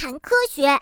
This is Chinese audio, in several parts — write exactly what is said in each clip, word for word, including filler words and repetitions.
谈科学。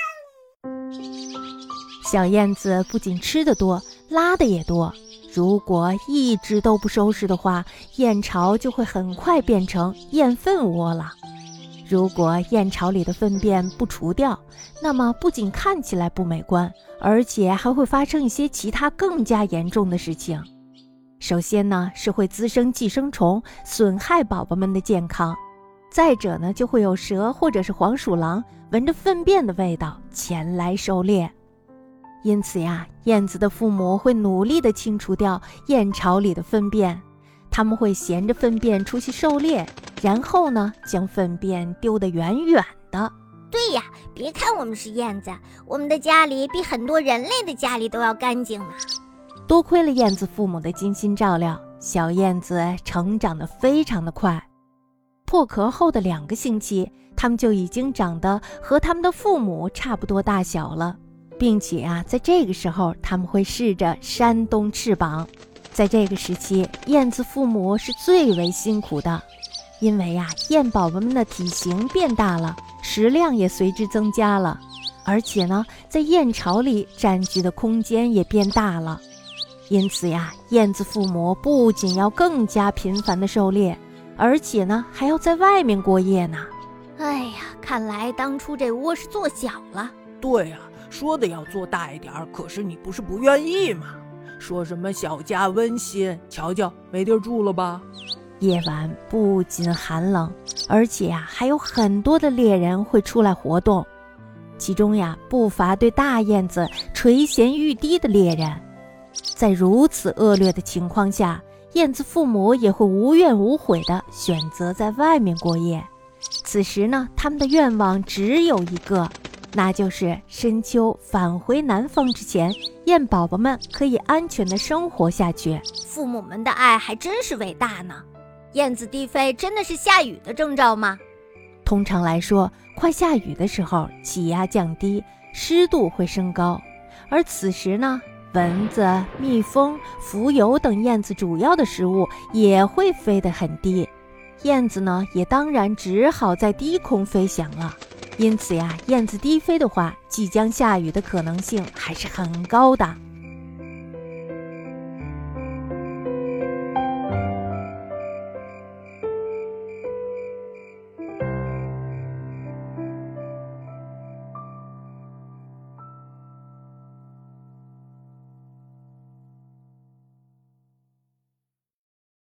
小燕子不仅吃得多，拉的也多。如果一直都不收拾的话，燕巢就会很快变成燕粪窝了。如果燕巢里的粪便不除掉，那么不仅看起来不美观，而且还会发生一些其他更加严重的事情。首先呢，是会滋生寄生虫，损害宝宝们的健康。再者呢，就会有蛇或者是黄鼠狼闻着粪便的味道前来狩猎。因此呀，燕子的父母会努力地清除掉燕巢里的粪便，他们会衔着粪便出去狩猎，然后呢，将粪便丢得远远的。 对呀，别看我们是燕子，我们的家里比很多人类的家里都要干净呢。 多亏了燕子父母的精心照料，小燕子成长得非常的快。破壳后的两个星期，它们就已经长得和它们的父母差不多大小了。并且啊，在这个时候，他们会试着扇动翅膀。在这个时期，燕子父母是最为辛苦的，因为呀、啊，燕宝宝们的体型变大了，食量也随之增加了，而且呢，在燕巢里占据的空间也变大了。因此呀，燕子父母不仅要更加频繁的狩猎，而且呢，还要在外面过夜呢。 哎呀，看来当初这窝是做小了。 对呀、啊。说的要做大一点，可是你不是不愿意吗？说什么小家温馨，瞧瞧没地儿住了吧？ 夜晚不仅寒冷，而且呀、啊，还有很多的猎人会出来活动，其中呀不乏对大燕子垂涎欲滴的猎人。在如此恶劣的情况下，燕子父母也会无怨无悔地选择在外面过夜。此时呢，他们的愿望只有一个，那就是深秋返回南方之前，燕宝宝们可以安全地生活下去。 父母们的爱还真是伟大呢。燕子低飞真的是下雨的征兆吗？ 通常来说，快下雨的时候，气压降低，湿度会升高，而此时呢，蚊子、蜜蜂、蜉蝣等燕子主要的食物也会飞得很低，燕子呢，也当然只好在低空飞翔了。因此呀，燕子低飞的话，即将下雨的可能性还是很高的。